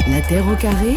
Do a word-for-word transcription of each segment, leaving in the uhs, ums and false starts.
La Terre au carré,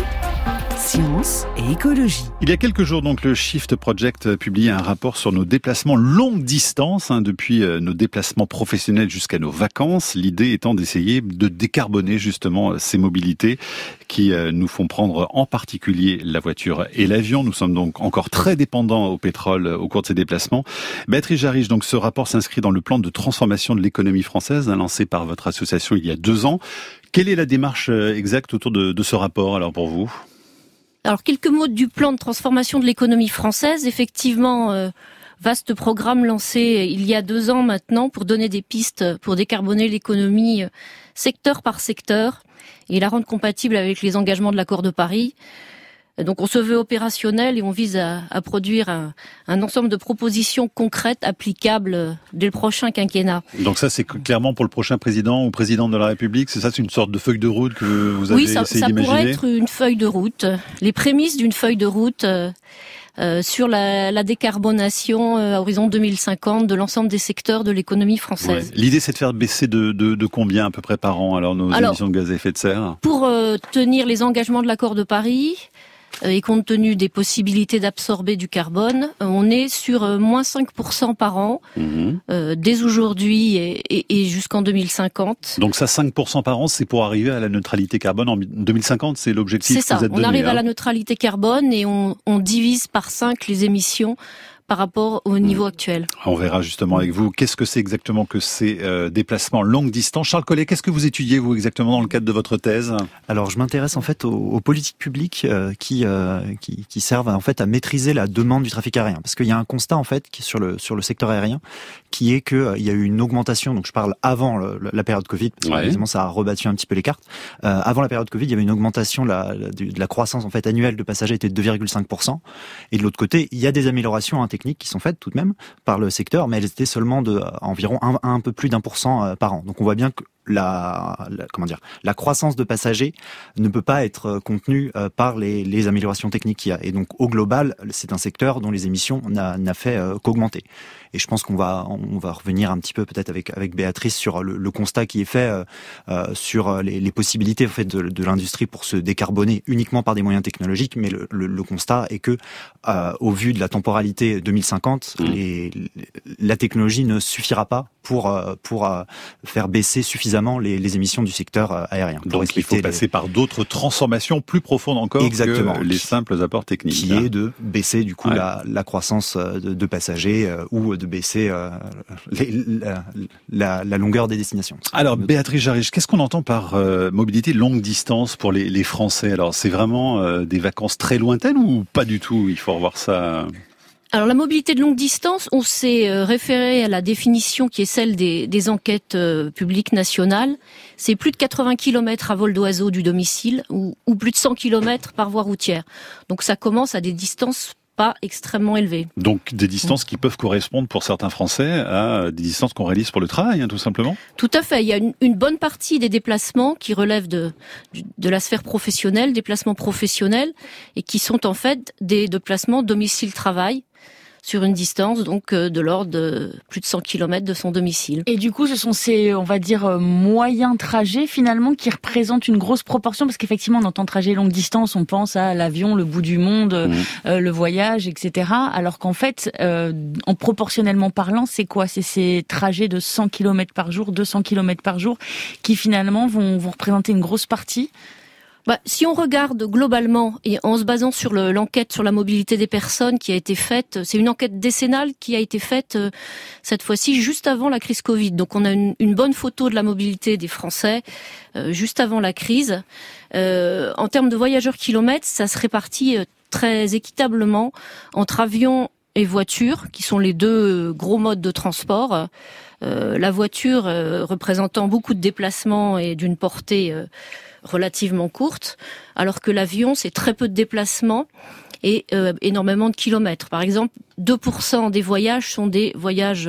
science et écologie. Il y a quelques jours, donc, le Shift Project publiait un rapport sur nos déplacements longue distance, hein, depuis nos déplacements professionnels jusqu'à nos vacances. L'idée étant d'essayer de décarboner justement ces mobilités qui nous font prendre en particulier la voiture et l'avion. Nous sommes donc encore très dépendants au pétrole au cours de ces déplacements. Béatrice Jarige, donc, ce rapport s'inscrit dans le plan de transformation de l'économie française, hein, lancé par votre association il y a deux ans. Quelle est la démarche exacte autour de, de ce rapport, alors, pour vous ? Alors, quelques mots du plan de transformation de l'économie française. Effectivement, euh, vaste programme lancé il y a deux ans maintenant pour donner des pistes pour décarboner l'économie secteur par secteur et la rendre compatible avec les engagements de l'accord de Paris. Donc on se veut opérationnel et on vise à, à produire un, un ensemble de propositions concrètes applicables dès le prochain quinquennat. Donc ça, c'est clairement pour le prochain président ou présidente de la République. C'est ça, c'est une sorte de feuille de route que vous avez oui, ça, essayé ça d'imaginer. Oui, ça pourrait être une feuille de route. Les prémices d'une feuille de route euh, euh, sur la, la décarbonation euh, à horizon deux mille cinquante de l'ensemble des secteurs de l'économie française. Ouais. L'idée, c'est de faire baisser de, de, de combien à peu près par an alors nos alors, émissions de gaz à effet de serre ? Pour euh, tenir les engagements de l'accord de Paris, et compte tenu des possibilités d'absorber du carbone, on est sur moins cinq pour cent par an, mmh. euh, dès aujourd'hui et, et, et jusqu'en deux mille cinquante. Donc ça, cinq pour cent par an, c'est pour arriver à la neutralité carbone en deux mille cinquante, c'est l'objectif c'est ça, que vous êtes donné. On arrive hein. à la neutralité carbone et on, on divise par cinq les émissions par rapport au niveau mmh. actuel. On verra justement avec vous qu'est-ce que c'est exactement que ces euh, déplacements longue distance. Charles Collet, qu'est-ce que vous étudiez vous exactement dans le cadre de votre thèse ? Alors je m'intéresse en fait aux, aux politiques publiques euh, qui, euh, qui qui servent en fait à maîtriser la demande du trafic aérien, parce qu'il y a un constat en fait qui est sur le sur le secteur aérien qui est que euh, il y a eu une augmentation. Donc je parle avant le, la période Covid, parce que ouais. évidemment ça a rebattu un petit peu les cartes. Euh, avant la période Covid, il y avait une augmentation de la, de la croissance en fait annuelle de passagers était de deux virgule cinq pour cent, et de l'autre côté il y a des améliorations hein, techniques qui sont faites tout de même par le secteur, mais elles étaient seulement de euh, environ un, un peu plus d'un pour cent euh, par an. Donc on voit bien que la, la comment dire la croissance de passagers ne peut pas être contenue euh, par les, les améliorations techniques qu'il y a. Et donc au global, c'est un secteur dont les émissions n'a, n'a fait euh, qu'augmenter. Et je pense qu'on va on va revenir un petit peu peut-être avec avec Béatrice sur le, le constat qui est fait euh, euh, sur les, les possibilités en fait de, de l'industrie pour se décarboner uniquement par des moyens technologiques. Mais le, le, le constat est que euh, au vu de la temporalité deux mille cinquante, mmh. les, la technologie ne suffira pas pour euh, pour euh, faire baisser suffisamment les, les émissions du secteur aérien. Donc il faut passer les... par d'autres transformations plus profondes encore Exactement. que les simples apports techniques. Qui hein. est de baisser du coup ouais. la, la croissance de, de passagers euh, ou de baisser euh, les, la, la, la longueur des destinations. Alors Béatrice Jarige, qu'est-ce qu'on entend par euh, mobilité longue distance pour les, les Français ? Alors c'est vraiment euh, des vacances très lointaines ou pas du tout ? Il faut revoir ça. Alors la mobilité de longue distance, on s'est référé à la définition qui est celle des, des enquêtes publiques nationales. C'est plus de quatre-vingts kilomètres à vol d'oiseau du domicile ou, ou plus de cent kilomètres par voie routière. Donc ça commence à des distances pas extrêmement élevées. Donc des distances mmh. qui peuvent correspondre pour certains Français à des distances qu'on réalise pour le travail, hein, tout simplement. Tout à fait. Il y a une, une bonne partie des déplacements qui relèvent de, de la sphère professionnelle, déplacements professionnels, et qui sont en fait des déplacements domicile-travail, sur une distance donc de l'ordre de plus de cent kilomètres de son domicile. Et du coup, ce sont ces, on va dire, moyens trajets finalement qui représentent une grosse proportion, parce qu'effectivement, on entend trajet longue distance, on pense à l'avion, le bout du monde, mmh. euh, le voyage, et cetera. Alors qu'en fait, euh, en proportionnellement parlant, c'est quoi ? C'est ces trajets de cent kilomètres par jour, deux cents kilomètres par jour, qui finalement vont, vont représenter une grosse partie. Bah, si on regarde globalement et en se basant sur le, l'enquête sur la mobilité des personnes qui a été faite, c'est une enquête décennale qui a été faite euh, cette fois-ci juste avant la crise Covid. Donc on a une, une bonne photo de la mobilité des Français euh, juste avant la crise. Euh, en termes de voyageurs kilomètres, ça se répartit euh, très équitablement entre avions et voitures, qui sont les deux gros modes de transport. Euh, la voiture euh, représentant beaucoup de déplacements et d'une portée euh, relativement courte, alors que l'avion, c'est très peu de déplacements et euh, énormément de kilomètres. Par exemple, deux pour cent des voyages sont des voyages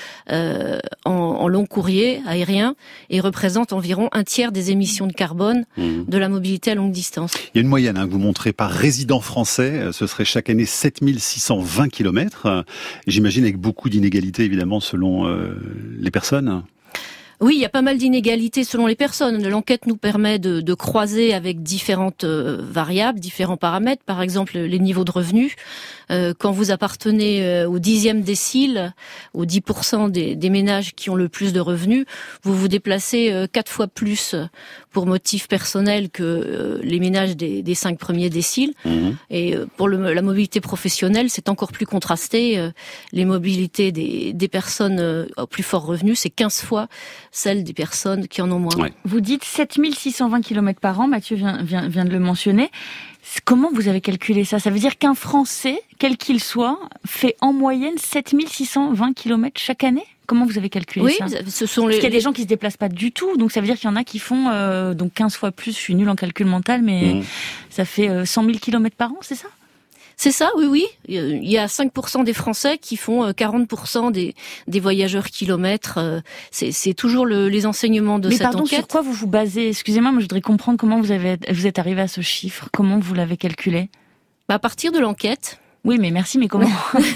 euh, en, en long courrier aérien et représentent environ un tiers des émissions de carbone mmh. de la mobilité à longue distance. Il y a une moyenne hein, que vous montrez par résident français, ce serait chaque année sept mille six cent vingt kilomètres. J'imagine avec beaucoup d'inégalités évidemment selon euh, les personnes. Oui, il y a pas mal d'inégalités selon les personnes. L'enquête nous permet de, de croiser avec différentes euh, variables, différents paramètres. Par exemple, les niveaux de revenus. Euh, quand vous appartenez euh, au dixième décile, aux dix pour cent des, des ménages qui ont le plus de revenus, vous vous déplacez euh, quatre fois plus pour motif personnel que euh, les ménages des, des cinq premiers déciles. Mmh. Et euh, pour le, la mobilité professionnelle, c'est encore plus contrasté. Euh, les mobilités des, des personnes euh, au plus fort revenu, c'est quinze fois celle des personnes qui en ont moins. Ouais. Vous dites sept mille six cent vingt kilomètres par an, Mathieu vient, vient, vient de le mentionner. Comment vous avez calculé ça ? Ça veut dire qu'un Français, quel qu'il soit, fait en moyenne sept mille six cent vingt kilomètres chaque année ? Comment vous avez calculé oui, ça ? Oui, ce sont les... Parce qu'il y a des gens qui se déplacent pas du tout, donc ça veut dire qu'il y en a qui font euh, donc quinze fois plus. Je suis nulle en calcul mental, mais mmh. ça fait euh, cent mille kilomètres par an, c'est ça ? C'est ça, oui, oui. Il y a cinq pour cent des Français qui font quarante pour cent des, des voyageurs kilomètres. C'est, c'est toujours le, les enseignements de Mais cette pardon, enquête. Sur quoi vous vous basez ? Excusez-moi, mais je voudrais comprendre comment vous, avez, vous êtes arrivé à ce chiffre. Comment vous l'avez calculé ? Bah, à partir de l'enquête. Oui, mais merci, mais comment ?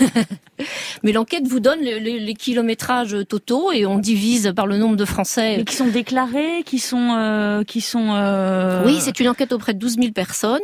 Mais l'enquête vous donne les, les, les kilométrages totaux et on divise par le nombre de Français. Mais qui sont déclarés, qui sont... Euh, qui sont euh... Oui, c'est une enquête auprès de douze mille personnes.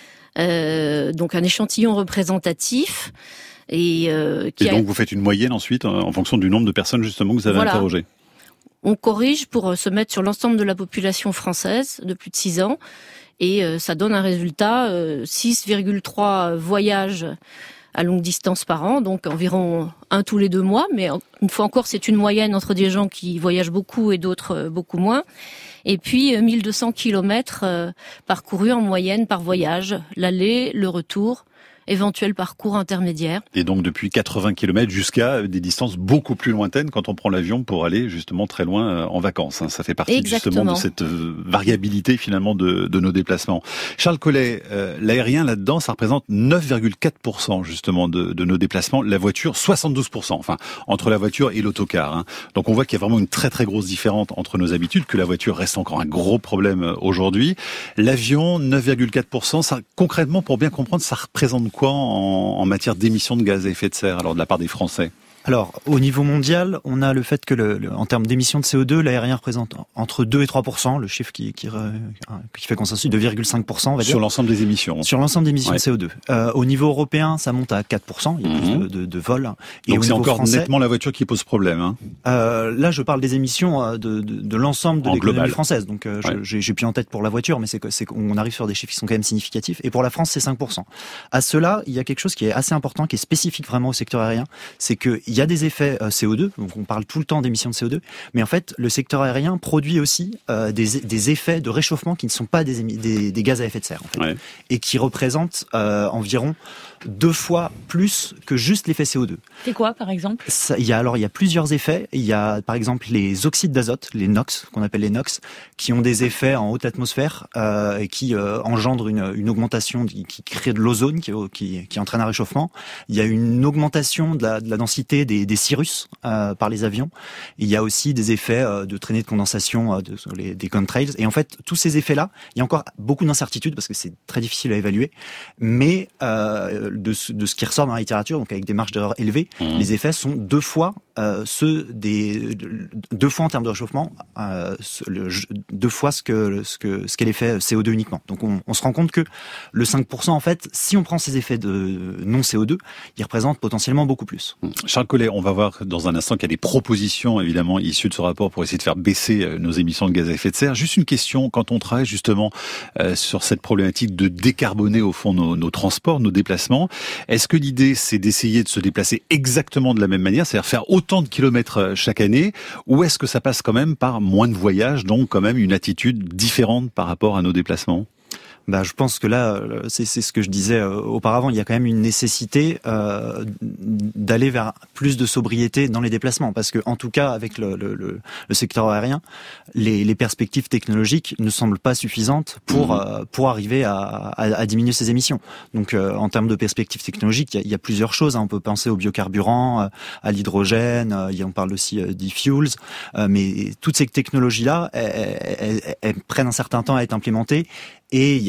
Euh, donc un échantillon représentatif et, euh, qui et donc a... vous faites une moyenne ensuite en fonction du nombre de personnes justement que vous avez voilà. interrogées. On corrige pour se mettre sur l'ensemble de la population française de plus de six ans et euh, ça donne un résultat euh, six virgule trois voyages à longue distance par an, donc environ un tous les deux mois, mais une fois encore c'est une moyenne entre des gens qui voyagent beaucoup et d'autres beaucoup moins. Et puis mille deux cents kilomètres euh, parcourus en moyenne par voyage, l'aller, le retour, éventuel parcours intermédiaire. Et donc depuis quatre-vingts kilomètres jusqu'à des distances beaucoup plus lointaines quand on prend l'avion pour aller justement très loin en vacances. Ça fait partie Exactement. justement de cette variabilité finalement de, de nos déplacements. Charles Collet, euh, l'aérien là-dedans, ça représente neuf virgule quatre pour cent justement de, de nos déplacements. La voiture, soixante-douze pour cent, enfin entre la voiture et l'autocar. Hein. Donc on voit qu'il y a vraiment une très très grosse différence entre nos habitudes, que la voiture reste encore un gros problème aujourd'hui. L'avion, neuf virgule quatre pour cent, ça, concrètement pour bien comprendre, ça représente quoi en, en matière d'émissions de gaz à effet de serre, alors de la part des Français ? Alors, au niveau mondial, on a le fait que, le, le, en termes d'émissions de C O deux, l'aérien représente entre deux et trois pour cent, le chiffre qui, qui, qui fait consensus, deux virgule cinq pour cent, on va dire. Sur l'ensemble des émissions. Sur l'ensemble des émissions ouais. de C O deux. Euh, au niveau européen, ça monte à quatre pour cent, il y a mmh. plus de, de, de vols. Et donc c'est encore français, nettement la voiture qui pose problème. Hein. Euh, là, je parle des émissions de, de, de l'ensemble de en l'économie global. française. Donc, euh, ouais. j'ai, j'ai plus en tête pour la voiture, mais c'est, c'est qu'on arrive sur des chiffres qui sont quand même significatifs. Et pour la France, c'est cinq pour cent. À cela, il y a quelque chose qui est assez important, qui est spécifique vraiment au secteur aérien, c'est qu'il y a des effets euh, C O deux, donc on parle tout le temps d'émissions de C O deux, mais en fait, le secteur aérien produit aussi euh, des, des effets de réchauffement qui ne sont pas des, émi- des, des gaz à effet de serre, en fait, ouais. et qui représentent euh, environ deux fois plus que juste l'effet C O deux. C'est quoi, par exemple ? Ça, il y a alors il y a plusieurs effets. Il y a par exemple les oxydes d'azote, les NOx, qu'on appelle les NOx, qui ont des effets en haute atmosphère euh, et qui euh, engendrent une, une augmentation, qui, qui crée de l'ozone, qui, qui, qui entraîne un réchauffement. Il y a une augmentation de la, de la densité des, des cirrus euh, par les avions. Il y a aussi des effets euh, de traînée de condensation euh, de, sur les, des contrails. Et en fait, tous ces effets-là, il y a encore beaucoup d'incertitudes parce que c'est très difficile à évaluer. Mais euh, de ce, de ce qui ressort dans la littérature, donc avec des marges d'erreur élevées, mmh. les effets sont deux fois euh, ceux des deux fois en termes de réchauffement, euh, le, deux fois ce que ce que ce qu'est l'effet C O deux uniquement. Donc on, on se rend compte que le cinq pour cent en fait, si on prend ces effets de non C O deux, ils représentent potentiellement beaucoup plus. Charles Collet, on va voir dans un instant qu'il y a des propositions évidemment issues de ce rapport pour essayer de faire baisser nos émissions de gaz à effet de serre. Juste une question, quand on travaille justement euh, sur cette problématique de décarboner au fond nos, nos transports, nos déplacements, est-ce que l'idée c'est d'essayer de se déplacer exactement de la même manière, c'est-à-dire faire autant de kilomètres chaque année, ou est-ce que ça passe quand même par moins de voyages, donc quand même une attitude différente par rapport à nos déplacements ? Bah, je pense que là, c'est, c'est ce que je disais euh, auparavant. Il y a quand même une nécessité euh, d'aller vers plus de sobriété dans les déplacements, parce que en tout cas, avec le, le, le secteur aérien, les, les perspectives technologiques ne semblent pas suffisantes pour mmh. euh, pour arriver à, à, à diminuer ces émissions. Donc, euh, en termes de perspectives technologiques, il y a, il y a plusieurs choses. Hein. On peut penser aux biocarburants, à l'hydrogène. Euh, on parle aussi euh, d'e-fuels, euh, mais toutes ces technologies-là, elles, elles, elles, elles prennent un certain temps à être implémentées. Et il y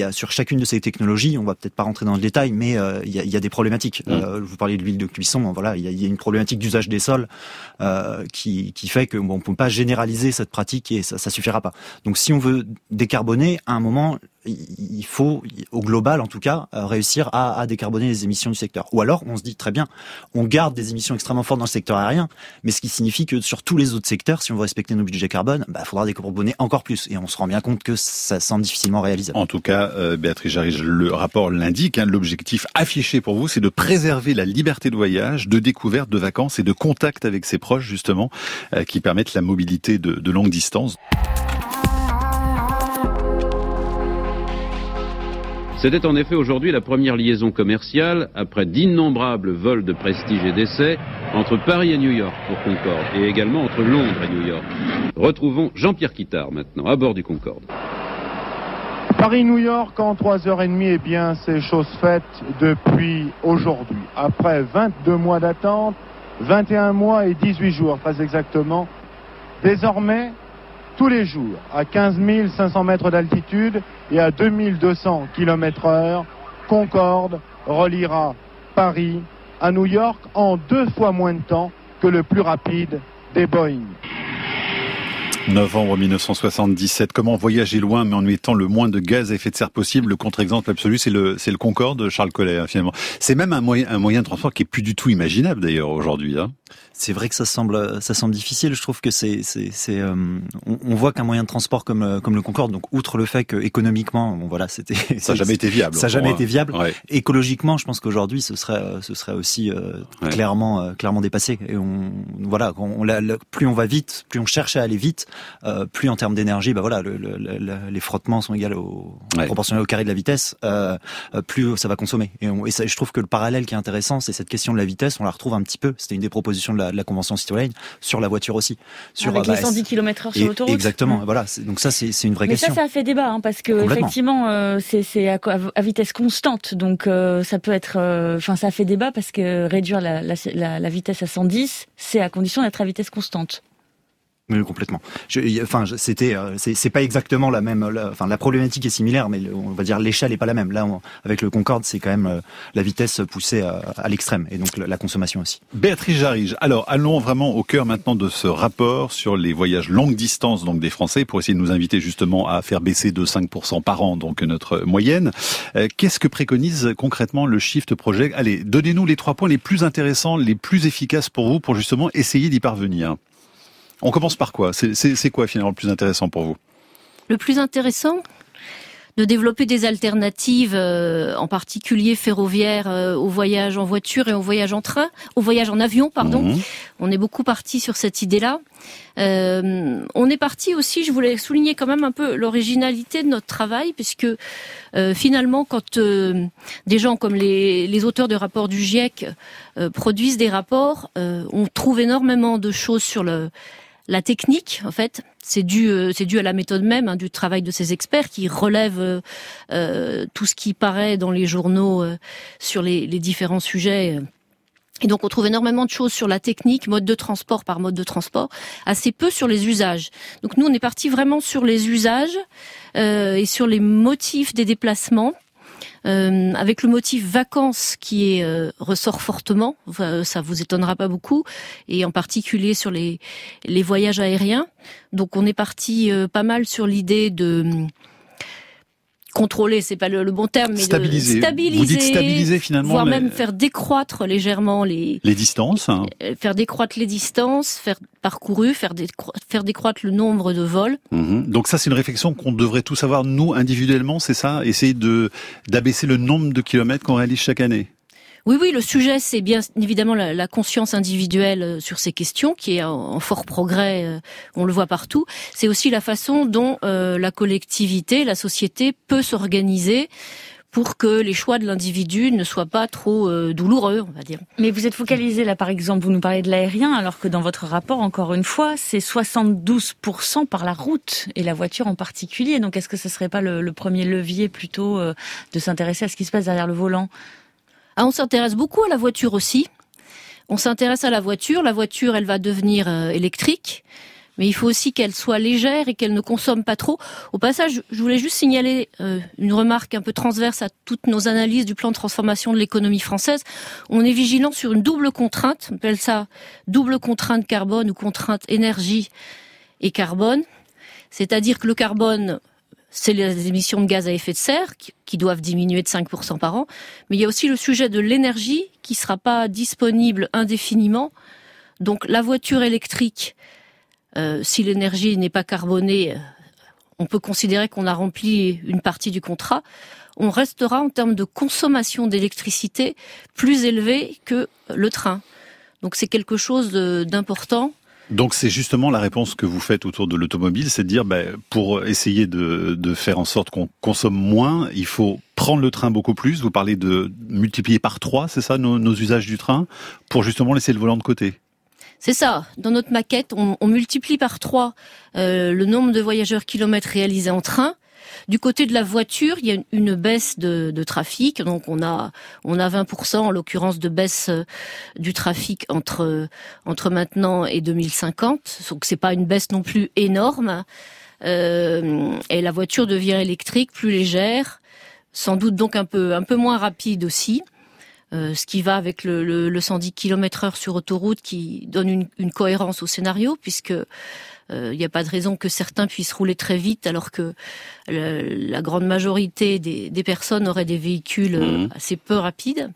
a sur chacune de ces technologies, on va peut-être pas rentrer dans le détail, mais euh, il y, a, il y a des problématiques. Mmh. Euh, vous parliez de l'huile de cuisson, voilà, il y a, il y a une problématique d'usage des sols euh, qui, qui fait que bon, on peut pas généraliser cette pratique et ça, ça suffira pas. Donc si on veut décarboner, à un moment, il faut, au global en tout cas, réussir à, à décarboner les émissions du secteur. Ou alors, on se dit très bien, on garde des émissions extrêmement fortes dans le secteur aérien, mais ce qui signifie que sur tous les autres secteurs, si on veut respecter nos budgets carbone, bah, il faudra décarboner encore plus. Et on se rend bien compte que ça semble difficilement réalisable. En tout cas, euh, Béatrice Jarige, le rapport l'indique, hein, l'objectif affiché pour vous, c'est de préserver la liberté de voyage, de découverte, de vacances et de contact avec ses proches, justement, euh, qui permettent la mobilité de, de longue distance. C'était en effet aujourd'hui la première liaison commerciale, après d'innombrables vols de prestige et d'essai, entre Paris et New York pour Concorde, et également entre Londres et New York. Retrouvons Jean-Pierre Quittard maintenant, à bord du Concorde. Paris-New York en trois heures trente, eh bien c'est chose faite depuis aujourd'hui. Après vingt-deux mois d'attente, vingt et un mois et dix-huit jours très exactement, désormais, tous les jours, à quinze mille cinq cents mètres d'altitude et à deux mille deux cents kilomètres heure, Concorde reliera Paris à New York en deux fois moins de temps que le plus rapide des Boeing. Novembre mille neuf cent soixante-dix-sept. Comment voyager loin mais en émettant le moins de gaz à effet de serre possible? Le contre-exemple absolu, c'est le, c'est le Concorde, Charles Collet, hein, finalement. C'est même un moyen, un moyen de transport qui est plus du tout imaginable, d'ailleurs, aujourd'hui, hein. C'est vrai que ça semble, ça semble difficile. Je trouve que c'est, c'est, c'est, euh, on, on voit qu'un moyen de transport comme, comme le Concorde, donc outre le fait que économiquement, bon voilà, c'était, ça n'a jamais été viable. Ça n'a jamais été viable. Ouais. Écologiquement, je pense qu'aujourd'hui, ce serait, ce serait aussi euh, ouais. clairement, euh, clairement dépassé. Et on, voilà, on, la, la, plus on va vite, plus on cherche à aller vite, euh, plus en termes d'énergie, bah voilà, le, le, le, les frottements sont égaux au, ouais. proportionnels au carré de la vitesse, euh, plus ça va consommer. Et, on, et ça, je trouve que le parallèle qui est intéressant, c'est cette question de la vitesse. On la retrouve un petit peu. C'était une des propositions de la, de la Convention citoyenne sur la voiture aussi. Sur, Avec bah, les cent dix kilomètres heure sur l'autoroute. Exactement. Mmh. Voilà. C'est, donc ça, c'est, c'est une vraie Mais question. Mais ça, ça a fait débat, hein, parce que effectivement, euh, c'est, c'est à, à vitesse constante. Donc euh, ça peut être, enfin, euh, ça a fait débat parce que réduire la, la, la, la vitesse à cent dix, c'est à condition d'être à vitesse constante. Oui, complètement. Je, enfin, c'était, c'est, c'est pas exactement la même. La, enfin, la problématique est similaire, mais on va dire l'échelle est pas la même. Là, on, avec le Concorde, c'est quand même la vitesse poussée à, à l'extrême, et donc la consommation aussi. Béatrice Jarige. Alors, allons vraiment au cœur maintenant de ce rapport sur les voyages longue distance, donc des Français, pour essayer de nous inviter justement à faire baisser de cinq pour cent par an, donc notre moyenne. Euh, qu'est-ce que préconise concrètement le Shift Project? Allez, donnez-nous les trois points les plus intéressants, les plus efficaces pour vous, pour justement essayer d'y parvenir. On commence par quoi? C'est, c'est, c'est quoi finalement le plus intéressant pour vous? Le plus intéressant, de développer des alternatives, euh, en particulier ferroviaires, euh, au voyage en voiture et au voyage en train, au voyage en avion, pardon. Mmh. On est beaucoup parti sur cette idée-là. Euh, on est parti aussi, je voulais souligner quand même un peu l'originalité de notre travail, puisque euh, finalement, quand euh, des gens comme les, les auteurs de rapports du GIEC euh, produisent des rapports, euh, on trouve énormément de choses sur le la technique, en fait, c'est dû, euh, c'est dû à la méthode même, hein, du travail de ces experts qui relèvent euh, euh, tout ce qui paraît dans les journaux euh, sur les, les différents sujets. Et donc on trouve énormément de choses sur la technique, mode de transport par mode de transport, assez peu sur les usages. Donc nous on est parti vraiment sur les usages euh, et sur les motifs des déplacements. Euh, avec le motif vacances qui est, euh, ressort fortement, enfin, ça vous étonnera pas beaucoup, et en particulier sur les, les voyages aériens. Donc on est parti euh, pas mal sur l'idée de contrôler, c'est pas le, le bon terme, mais stabiliser. de stabiliser. Vous dites stabiliser finalement, voire les... même faire décroître légèrement les les distances. Hein. Faire décroître les distances, faire parcouru, faire décro... faire décroître le nombre de vols. Mmh. Donc ça, c'est une réflexion qu'on devrait tous avoir nous individuellement, c'est ça, essayer de d'abaisser le nombre de kilomètres qu'on réalise chaque année. Oui, oui, le sujet, c'est bien évidemment la, la conscience individuelle sur ces questions, qui est en, en fort progrès, euh, on le voit partout. C'est aussi la façon dont euh, la collectivité, la société peut s'organiser pour que les choix de l'individu ne soient pas trop euh, douloureux, on va dire. Mais vous êtes focalisé là, par exemple, vous nous parlez de l'aérien, alors que dans votre rapport, encore une fois, c'est soixante-douze pour cent par la route, et la voiture en particulier. Donc est-ce que ce serait pas le, le premier levier plutôt euh, de s'intéresser à ce qui se passe derrière le volant ? Ah, on s'intéresse beaucoup à la voiture aussi. On s'intéresse à la voiture. La voiture, elle va devenir euh, électrique. mais il faut aussi qu'elle soit légère et qu'elle ne consomme pas trop. Au passage, je voulais juste signaler euh, une remarque un peu transverse à toutes nos analyses du plan de transformation de l'économie française. On est vigilant sur une double contrainte, on appelle ça double contrainte carbone ou contrainte énergie et carbone. C'est-à-dire que le carbone, c'est les émissions de gaz à effet de serre qui, qui doivent diminuer de cinq pour cent par an. Mais il y a aussi le sujet de l'énergie qui ne sera pas disponible indéfiniment. Donc la voiture électrique, euh, si l'énergie n'est pas carbonée, on peut considérer qu'on a rempli une partie du contrat. On restera en termes de consommation d'électricité plus élevé que le train. Donc c'est quelque chose de, d'important. Donc c'est justement la réponse que vous faites autour de l'automobile, c'est de dire ben, pour essayer de, de faire en sorte qu'on consomme moins, il faut prendre le train beaucoup plus. Vous parlez de multiplier par trois, c'est ça, nos, nos usages du train, pour justement laisser le volant de côté. C'est ça. Dans notre maquette, on, on multiplie par trois euh, le nombre de voyageurs kilomètres réalisés en train. Du côté de la voiture, il y a une, une baisse de, de trafic. Donc on a on a vingt pour cent en l'occurrence de baisse euh, du trafic entre entre maintenant et deux mille cinquante. Donc c'est pas une baisse non plus énorme. Euh, et la voiture devient électrique, plus légère, sans doute donc un peu un peu moins rapide aussi. Euh, ce qui va avec le, le, le cent dix kilomètres heure sur autoroute qui donne une, une cohérence au scénario, puisque il euh, n'y a pas de raison que certains puissent rouler très vite alors que le, la grande majorité des, des personnes auraient des véhicules mmh. assez peu rapides.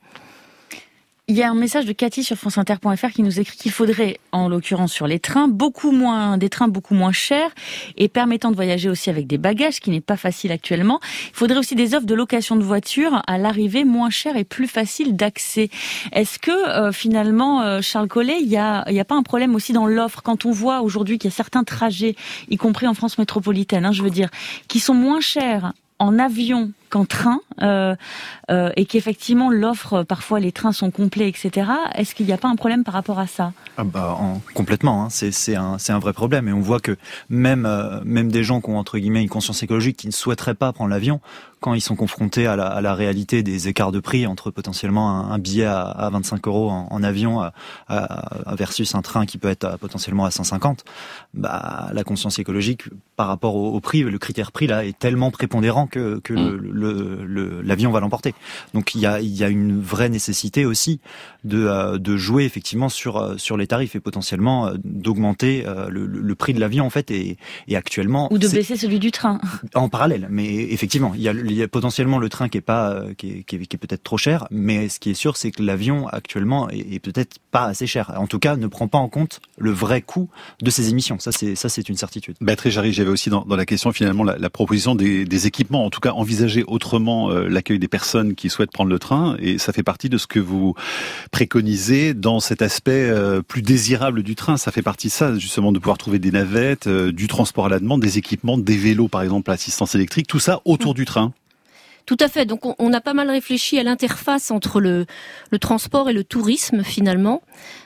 Il y a un message de Cathy sur France Inter point F R qui nous écrit qu'il faudrait, en l'occurrence sur les trains, beaucoup moins, des trains beaucoup moins chers et permettant de voyager aussi avec des bagages, ce qui n'est pas facile actuellement. Il faudrait aussi des offres de location de voitures à l'arrivée moins chères et plus faciles d'accès. Est-ce que euh, finalement, euh, Charles Collet, il y a, il y a pas un problème aussi dans l'offre quand on voit aujourd'hui qu'il y a certains trajets, y compris en France métropolitaine, hein, je veux dire, qui sont moins chers en avion qu'en train, euh, euh, et qu'effectivement l'offre, parfois les trains sont complets, et cetera. Est-ce qu'il n'y a pas un problème par rapport à ça ? Ah bah, en, complètement, hein. c'est, c'est, un, c'est un vrai problème. Et on voit que même, euh, même des gens qui ont entre guillemets une conscience écologique, qui ne souhaiteraient pas prendre l'avion, quand ils sont confrontés à la, à la réalité des écarts de prix entre potentiellement un, un billet à, à vingt-cinq euros en, en avion à, à, versus un train qui peut être à, potentiellement à cent cinquante, bah, la conscience écologique par rapport au, au prix, le critère prix là est tellement prépondérant que, que mmh. le, le, le, l'avion va l'emporter. Donc il y a, il y a une vraie nécessité aussi de, euh, de jouer effectivement sur, sur les tarifs et potentiellement euh, d'augmenter euh, le, le prix de l'avion en fait et, et actuellement... Ou de baisser celui du train. En parallèle, mais effectivement, il y a, il y a potentiellement le train qui est pas, euh, qui est, qui est, qui est peut-être trop cher, mais ce qui est sûr c'est que l'avion actuellement est, est peut-être pas assez cher. En tout cas, ne prend pas en compte le vrai coût de ses émissions. Ça c'est, ça c'est une certitude. Bah, très Jarry, j'avais aussi dans, dans la question finalement la, la proposition des, des équipements, en tout cas envisager autrement euh, l'accueil des personnes qui souhaitent prendre le train, et ça fait partie de ce que vous préconisez dans cet aspect euh, plus désirable du train. Ça fait partie de ça, justement, de pouvoir trouver des navettes, euh, du transport à la demande, des équipements, des vélos par exemple à assistance électrique, tout ça autour mmh. du train. Tout à fait. Donc, on, on a pas mal réfléchi à l'interface entre le, le transport et le tourisme, finalement.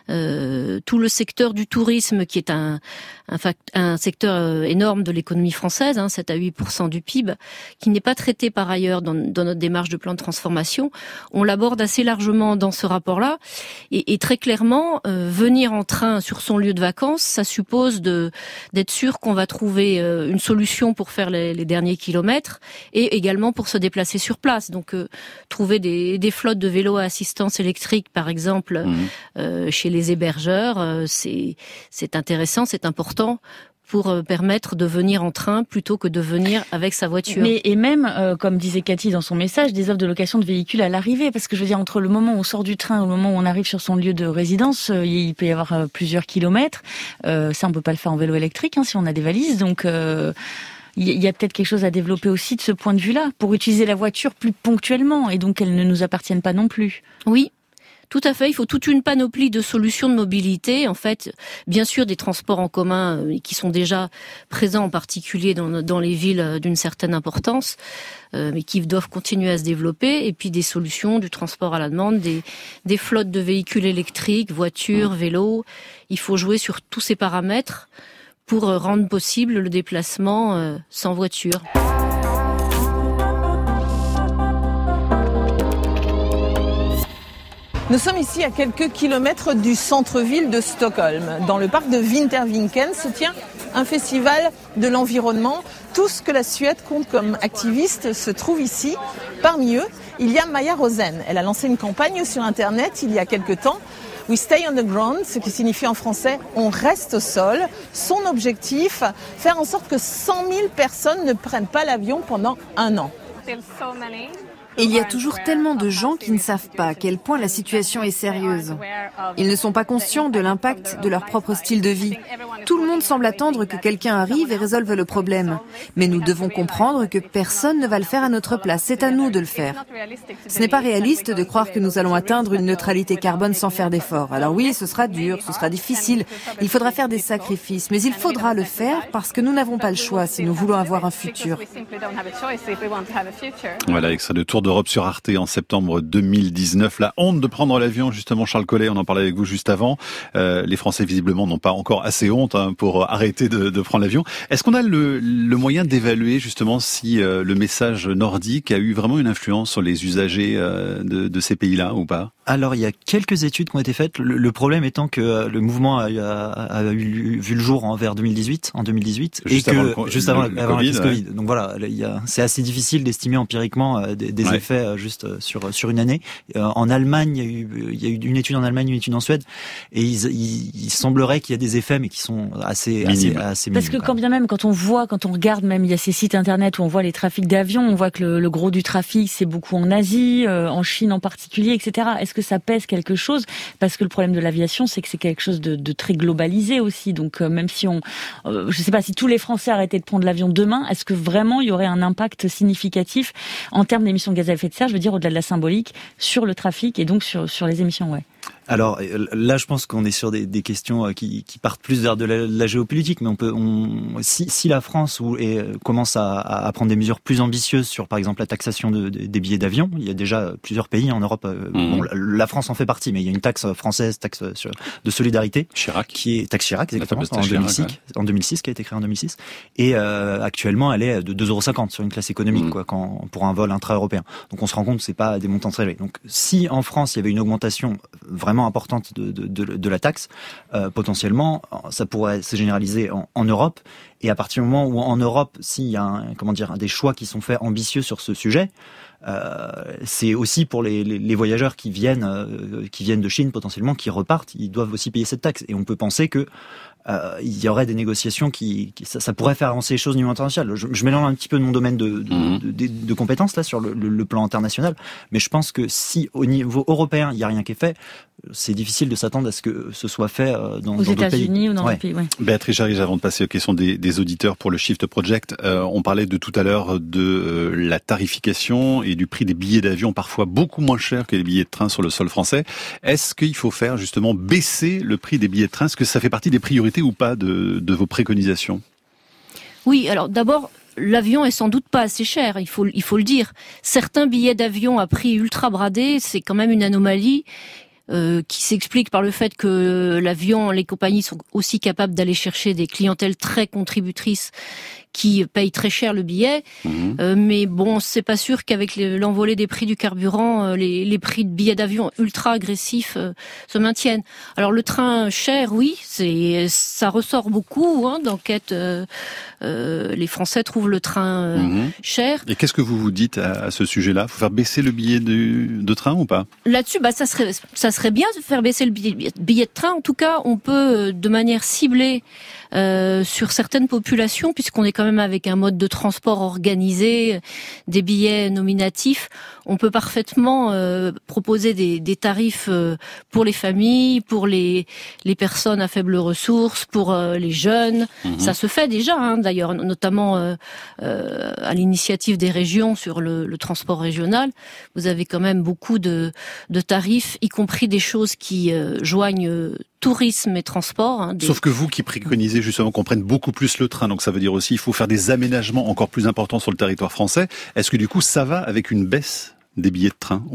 Euh, tout le secteur du tourisme, qui est un, un, fact, un secteur énorme de l'économie française, hein, sept à huit pour cent du P I B, qui n'est pas traité par ailleurs dans, dans notre démarche de plan de transformation. On l'aborde assez largement dans ce rapport-là. Et, et très clairement, euh, venir en train sur son lieu de vacances, ça suppose de, d'être sûr qu'on va trouver euh, une solution pour faire les, les derniers kilomètres et également pour se déplacer sur place. Donc, euh, trouver des, des flottes de vélos à assistance électrique, par exemple, mmh. euh, chez les hébergeurs, euh, c'est, c'est intéressant, c'est important pour euh, permettre de venir en train plutôt que de venir avec sa voiture. Mais, et même, euh, comme disait Cathy dans son message, des offres de location de véhicules à l'arrivée. Parce que je veux dire, entre le moment où on sort du train et le moment où on arrive sur son lieu de résidence, euh, il peut y avoir euh, plusieurs kilomètres. Euh, ça, on peut pas le faire en vélo électrique hein, si on a des valises. Donc... Euh il y a peut-être quelque chose à développer aussi de ce point de vue-là, pour utiliser la voiture plus ponctuellement, et donc qu'elle ne nous appartienne pas non plus. Oui, tout à fait. Il faut toute une panoplie de solutions de mobilité. En fait, bien sûr, des transports en commun qui sont déjà présents, en particulier dans, dans les villes d'une certaine importance, euh, mais qui doivent continuer à se développer. Et puis des solutions du transport à la demande, des, des flottes de véhicules électriques, voitures, vélos. Il faut jouer sur tous ces paramètres pour rendre possible le déplacement euh, sans voiture. Nous sommes ici à quelques kilomètres du centre-ville de Stockholm. Dans le parc de Vinterviken se tient un festival de l'environnement. Tout ce que la Suède compte comme activiste se trouve ici. Parmi eux, il y a Maja Rosen. Elle a lancé une campagne sur Internet il y a quelque temps. We stay on the ground, ce qui signifie en français « on reste au sol ». Son objectif, faire en sorte que cent mille personnes ne prennent pas l'avion pendant un an. Il y a toujours tellement de gens qui ne savent pas à quel point la situation est sérieuse. Ils ne sont pas conscients de l'impact de leur propre style de vie. Tout le monde semble attendre que quelqu'un arrive et résolve le problème. Mais nous devons comprendre que personne ne va le faire à notre place. C'est à nous de le faire. Ce n'est pas réaliste de croire que nous allons atteindre une neutralité carbone sans faire d'efforts. Alors oui, ce sera dur, ce sera difficile. Il faudra faire des sacrifices. Mais il faudra le faire parce que nous n'avons pas le choix si nous voulons avoir un futur. Voilà, extrait de Tour d'Europe sur Arte en septembre deux mille dix-neuf. La honte de prendre l'avion, justement, Charles Collet, on en parlait avec vous juste avant. Euh, les Français, visiblement, n'ont pas encore assez honte hein, pour arrêter de, de prendre l'avion. Est-ce qu'on a le, le moyen d'évaluer, justement, si euh, le message nordique a eu vraiment une influence sur les usagers euh, de, de ces pays-là ou pas ? Alors, il y a quelques études qui ont été faites. Le, le problème étant que euh, le mouvement a, a, a eu, vu le jour en, vers deux mille dix-huit, en deux mille dix-huit, juste et que avant le, juste le, avant, le avant COVID, la crise Covid. Ouais. Donc voilà, il y a, c'est assez difficile d'estimer empiriquement euh, des, des ouais. effets euh, juste sur sur une année. Euh, en Allemagne, il y a eu il y a eu une étude en Allemagne, une étude en Suède, et il, il, il semblerait qu'il y a des effets, mais qui sont assez assez, assez minimes. Parce que quand bien même, quand on voit, quand on regarde, même il y a ces sites internet où on voit les trafics d'avions, on voit que le, le gros du trafic c'est beaucoup en Asie, euh, en Chine en particulier, et cetera. Est-ce que ça pèse quelque chose? Parce que le problème de l'aviation, c'est que c'est quelque chose de, de très globalisé aussi. Donc euh, même si on, euh, je sais pas, si tous les Français arrêtaient de prendre l'avion demain, est-ce que vraiment il y aurait un impact significatif en termes d'émissions de gaz à effet de serre, je veux dire au-delà de la symbolique, sur le trafic et donc sur sur les émissions, ouais. Alors là, je pense qu'on est sur des, des questions qui, qui partent plus vers de la, de la géopolitique, mais on peut, on, si, si la France ou, et, commence à, à prendre des mesures plus ambitieuses sur, par exemple, la taxation de, de, des billets d'avion, il y a déjà plusieurs pays en Europe. Mmh. Bon, la, la France en fait partie, mais il y a une taxe française, taxe sur, de solidarité, Chirac, qui est taxe Chirac, exactement, en deux mille six, Chirac, ouais. en deux mille six, qui a été créée en deux mille six, et euh, actuellement, elle est de deux euros cinquante sur une classe économique, mmh. quoi, quand, pour un vol intra-européen. Donc on se rend compte que c'est pas des montants très élevés. Donc si en France il y avait une augmentation vraiment importante de, de, de, de la taxe, euh, potentiellement, ça pourrait se généraliser en, en Europe. Et à partir du moment où en Europe, s'il y a un, comment dire, des choix qui sont faits ambitieux sur ce sujet, euh, c'est aussi pour les, les, les voyageurs qui viennent, euh, qui viennent de Chine potentiellement, qui repartent, ils doivent aussi payer cette taxe. Et on peut penser que Euh, il y aurait des négociations qui, qui ça, ça pourrait faire avancer les choses au niveau international. Je, je mélange un petit peu de mon domaine de, de, mmh. de, de, de compétences là sur le, le, le plan international, mais je pense que si au niveau européen il y a rien qui est fait, c'est difficile de s'attendre à ce que ce soit fait euh, dans, aux dans d'autres pays. États-Unis ou dans ouais. d'autres pays. Ouais. Béatrice Jarry, avant de passer aux questions des, des auditeurs pour le Shift Project, euh, on parlait de tout à l'heure de euh, la tarification et du prix des billets d'avion parfois beaucoup moins cher que les billets de train sur le sol français. Est-ce qu'il faut faire justement baisser le prix des billets de train? Est-ce que ça fait partie des priorités ou pas de de vos préconisations? Oui, alors d'abord, l'avion est sans doute pas assez cher, il faut, il faut le dire. Certains billets d'avion à prix ultra bradé, c'est quand même une anomalie euh, qui s'explique par le fait que l'avion, les compagnies sont aussi capables d'aller chercher des clientèles très contributrices qui payent très cher le billet, mmh. euh, mais bon, c'est pas sûr qu'avec l'envolée des prix du carburant, euh, les, les prix de billets d'avion ultra agressifs euh, se maintiennent. Alors le train cher, oui, c'est ça ressort beaucoup hein, d'enquêtes. Euh, euh, les Français trouvent le train euh, mmh. cher. Et qu'est-ce que vous vous dites à, à ce sujet-là? Faut faire baisser le billet de, de train ou pas? Là-dessus, bah ça serait ça serait bien de faire baisser le billet, billet de train. En tout cas, on peut de manière ciblée euh, sur certaines populations, puisqu'on est quand même avec un mode de transport organisé, des billets nominatifs, on peut parfaitement euh, proposer des, des tarifs euh, pour les familles, pour les les personnes à faibles ressources, pour euh, les jeunes. Mmh. Ça se fait déjà, hein, d'ailleurs, notamment euh, euh, à l'initiative des régions sur le, le transport régional. Vous avez quand même beaucoup de, de tarifs, y compris des choses qui euh, joignent euh, tourisme et transport. Hein, des... Sauf que vous qui préconisez justement qu'on prenne beaucoup plus le train, donc ça veut dire aussi il faut faire des aménagements encore plus importants sur le territoire français. Est-ce que du coup ça va avec une baisse des billets de train ou pas?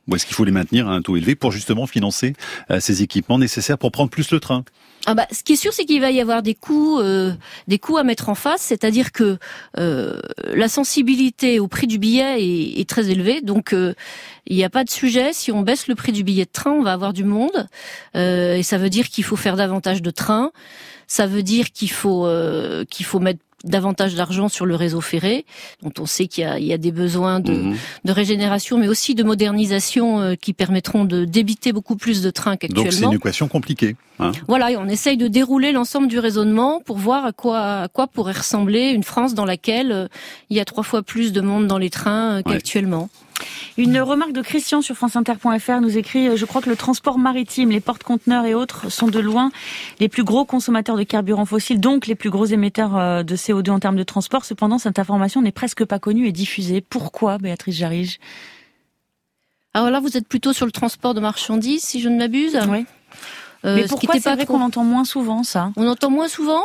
Ou est-ce qu'il faut les maintenir à un taux élevé pour justement financer euh, ces équipements nécessaires pour prendre plus le train? Ah bah, ce qui est sûr, c'est qu'il va y avoir des coûts, euh, des coûts à mettre en face, c'est-à-dire que euh, la sensibilité au prix du billet est, est très élevée, donc euh, il n'y a pas de sujet. Si on baisse le prix du billet de train, on va avoir du monde, euh, et ça veut dire qu'il faut faire davantage de trains, ça veut dire qu'il faut euh, qu'il faut mettre davantage d'argent sur le réseau ferré, dont on sait qu'il y a, il y a des besoins de, mmh. de régénération, mais aussi de modernisation euh, qui permettront de débiter beaucoup plus de trains qu'actuellement. Donc c'est une équation compliquée. Hein. Voilà, et on essaye de dérouler l'ensemble du raisonnement pour voir à quoi, à quoi pourrait ressembler une France dans laquelle euh, il y a trois fois plus de monde dans les trains euh, qu'actuellement. Ouais. Une remarque de Christian sur france inter point f r nous écrit « Je crois que le transport maritime, les porte-conteneurs et autres sont de loin les plus gros consommateurs de carburants fossiles, donc les plus gros émetteurs de C O deux en termes de transport. Cependant, cette information n'est presque pas connue et diffusée. Pourquoi, Béatrice Jarige ?» Alors là, vous êtes plutôt sur le transport de marchandises, si je ne m'abuse. Oui. Euh, Mais pourquoi c'est vrai trop... qu'on entend moins souvent ça? On entend moins souvent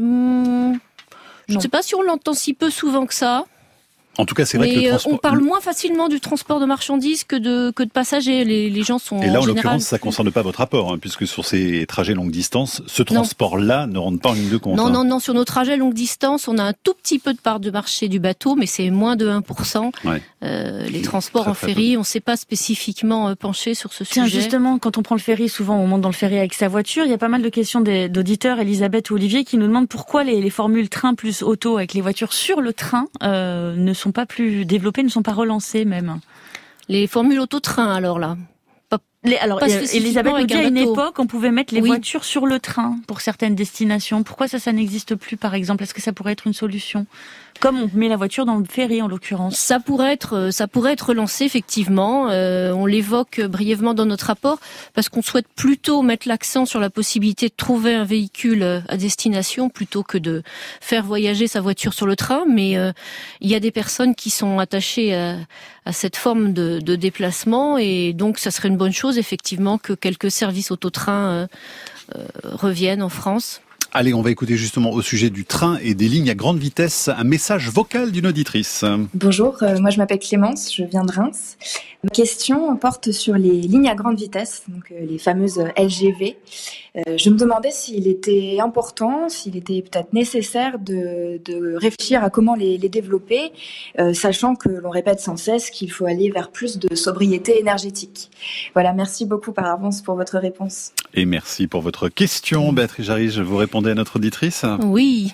hum, Je ne sais pas si on l'entend si peu souvent que ça. En tout cas, c'est vrai mais que le transport... on parle moins facilement du transport de marchandises que de que de passagers. Les, les gens sont. Et là, en, en l'occurrence, général... ça concerne pas votre rapport, hein, puisque sur ces trajets longue distance, ce transport-là ne rentre pas en ligne de compte. Non, hein. non, non. Sur nos trajets longue distance, on a un tout petit peu de part de marché du bateau, mais c'est moins de un pour cent. Ouais. Euh, les transports très, en très ferry, peu. on ne s'est pas spécifiquement penché sur ce Tiens, sujet. Justement, quand on prend le ferry, souvent on monte dans le ferry avec sa voiture. Il y a pas mal de questions des, d'auditeurs, Elisabeth ou Olivier, qui nous demandent pourquoi les, les formules train plus auto avec les voitures sur le train euh, ne sont pas plus développées, ne sont pas relancées même. Les formules auto-train, alors là. Pas, les, alors, pas Elisabeth nous dit à une époque, on pouvait mettre les oui. voitures sur le train pour certaines destinations. Pourquoi ça, ça n'existe plus, par exemple? Est-ce que ça pourrait être une solution? Comme on met la voiture dans le ferry, en l'occurrence. Ça pourrait être, ça pourrait être lancé, effectivement. Euh, on l'évoque brièvement dans notre rapport, parce qu'on souhaite plutôt mettre l'accent sur la possibilité de trouver un véhicule à destination, plutôt que de faire voyager sa voiture sur le train. Mais euh, il y a des personnes qui sont attachées à, à cette forme de, de déplacement, et donc ça serait une bonne chose, effectivement, que quelques services autotrains euh, euh, reviennent en France. Allez, on va écouter justement au sujet du train et des lignes à grande vitesse un message vocal d'une auditrice. Bonjour, euh, moi je m'appelle Clémence, je viens de Reims. Ma question porte sur les lignes à grande vitesse, donc euh, les fameuses L G V. Euh, je me demandais s'il était important, s'il était peut-être nécessaire de, de réfléchir à comment les, les développer, euh, sachant que l'on répète sans cesse qu'il faut aller vers plus de sobriété énergétique. Voilà, merci beaucoup par avance pour votre réponse. Et merci pour votre question, Béatrice Jarige. Vous répondez à notre auditrice? Oui.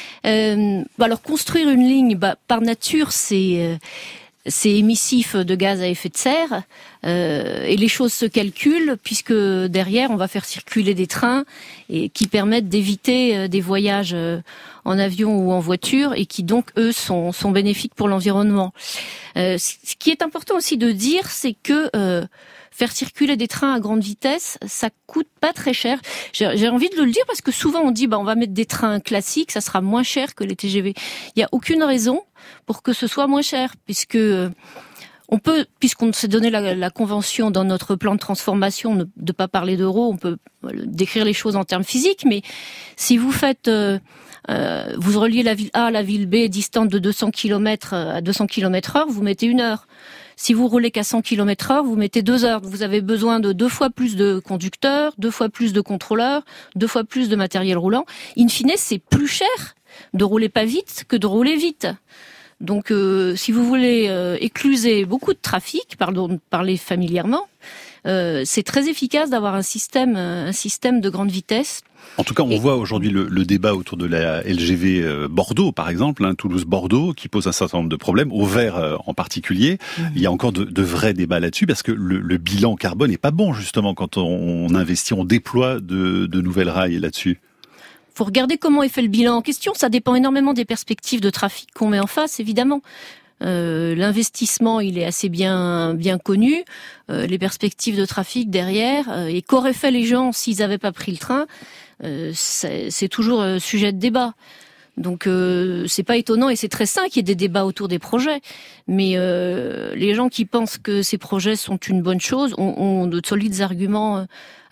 Euh, bah alors construire une ligne, bah, par nature, c'est euh, c'est émissif de gaz à effet de serre, euh, et les choses se calculent puisque derrière on va faire circuler des trains et qui permettent d'éviter euh, des voyages euh, en avion ou en voiture et qui donc eux sont sont bénéfiques pour l'environnement. Euh, ce qui est important aussi de dire, c'est que euh, faire circuler des trains à grande vitesse, ça coûte pas très cher. J'ai, j'ai envie de le dire parce que souvent on dit bah on va mettre des trains classiques, ça sera moins cher que les T G V. Il y a aucune raison pour que ce soit moins cher, puisque euh, on peut, puisqu'on s'est donné la, la convention dans notre plan de transformation de ne pas parler d'euros, on peut décrire les choses en termes physiques, mais si vous faites euh, euh, vous reliez la ville A à la ville B distante de deux cents kilomètres à deux cents kilomètres heure, vous mettez une heure. Si vous roulez qu'à cent kilomètres heure, vous mettez deux heures. Vous avez besoin de deux fois plus de conducteurs, deux fois plus de contrôleurs, deux fois plus de matériel roulant. In fine, c'est plus cher de rouler pas vite que de rouler vite. Donc, euh, si vous voulez euh, écluser beaucoup de trafic, pardon, parler familièrement, euh, c'est très efficace d'avoir un système, un système de grande vitesse. En tout cas, on Et... voit aujourd'hui le, le débat autour de la L G V Bordeaux, par exemple, hein, Toulouse-Bordeaux, qui pose un certain nombre de problèmes, au vert euh, en particulier. Mmh. Il y a encore de, de vrais débats là-dessus, parce que le, le bilan carbone n'est pas bon, justement, quand on, on investit, on déploie de, de nouvelles rails là-dessus. Faut regarder comment est fait le bilan en question. Ça dépend énormément des perspectives de trafic qu'on met en face, évidemment. Euh, l'investissement, il est assez bien bien connu. Euh, les perspectives de trafic derrière, euh, et qu'auraient fait les gens s'ils n'avaient pas pris le train, euh, c'est, c'est toujours euh, sujet de débat. Donc euh, c'est pas étonnant et c'est très sain qu'il y ait des débats autour des projets. Mais euh, les gens qui pensent que ces projets sont une bonne chose ont, ont de solides arguments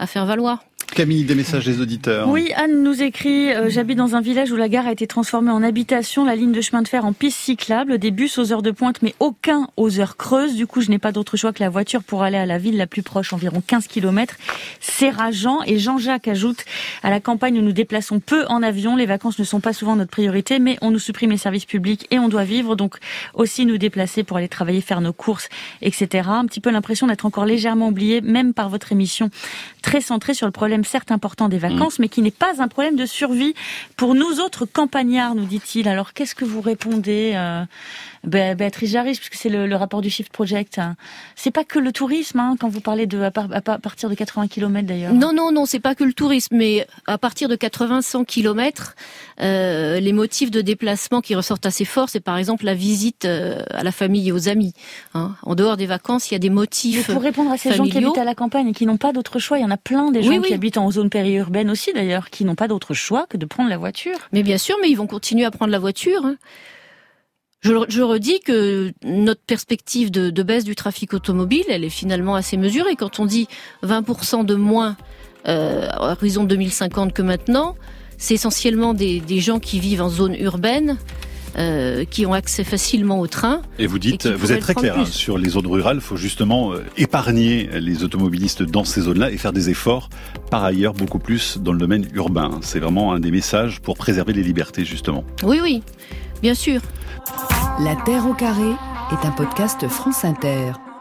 à faire valoir. Camille, des messages des auditeurs. Oui, Anne nous écrit euh, « J'habite dans un village où la gare a été transformée en habitation, la ligne de chemin de fer en piste cyclable, des bus aux heures de pointe mais aucun aux heures creuses. Du coup, je n'ai pas d'autre choix que la voiture pour aller à la ville la plus proche, environ quinze kilomètres. C'est rageant. » Et Jean-Jacques ajoute « À la campagne, nous nous déplaçons peu en avion. Les vacances ne sont pas souvent notre priorité, mais on nous supprime les services publics et on doit vivre. Donc aussi nous déplacer pour aller travailler, faire nos courses, et cetera. Un petit peu l'impression d'être encore légèrement oublié, même par votre émission, très centrée sur le problème certes important des vacances, mmh. mais qui n'est pas un problème de survie pour nous autres campagnards, nous dit-il. Alors, qu'est-ce que vous répondez, euh, Béatrice Jarry, puisque c'est le, le rapport du Shift Project. Hein. C'est pas que le tourisme, hein, quand vous parlez de à, par, à partir de quatre-vingts kilomètres d'ailleurs. Non, non, non, c'est pas que le tourisme, mais à partir de quatre-vingts à cent kilomètres, euh, les motifs de déplacement qui ressortent assez forts, c'est par exemple la visite euh, à la famille et aux amis. Hein. En dehors des vacances, il y a des motifs mais pour répondre à ces familiaux. gens qui habitent à la campagne et qui n'ont pas d'autre choix, il y en a plein des gens oui, qui oui. habitent en zone périurbaine aussi d'ailleurs, qui n'ont pas d'autre choix que de prendre la voiture. Mais bien sûr, mais ils vont continuer à prendre la voiture. Hein. Je, je redis que notre perspective de, de baisse du trafic automobile, elle est finalement assez mesurée. Quand on dit vingt pour cent de moins euh, à horizon deux mille cinquante que maintenant, c'est essentiellement des, des gens qui vivent en zone urbaine, euh, qui ont accès facilement au train. Et vous dites, et vous êtes très clair, hein, sur les zones rurales, il faut justement euh, épargner les automobilistes dans ces zones-là et faire des efforts, par ailleurs, beaucoup plus dans le domaine urbain. C'est vraiment un des messages pour préserver les libertés, justement. Oui, oui, bien sûr. La Terre au carré est un podcast France Inter.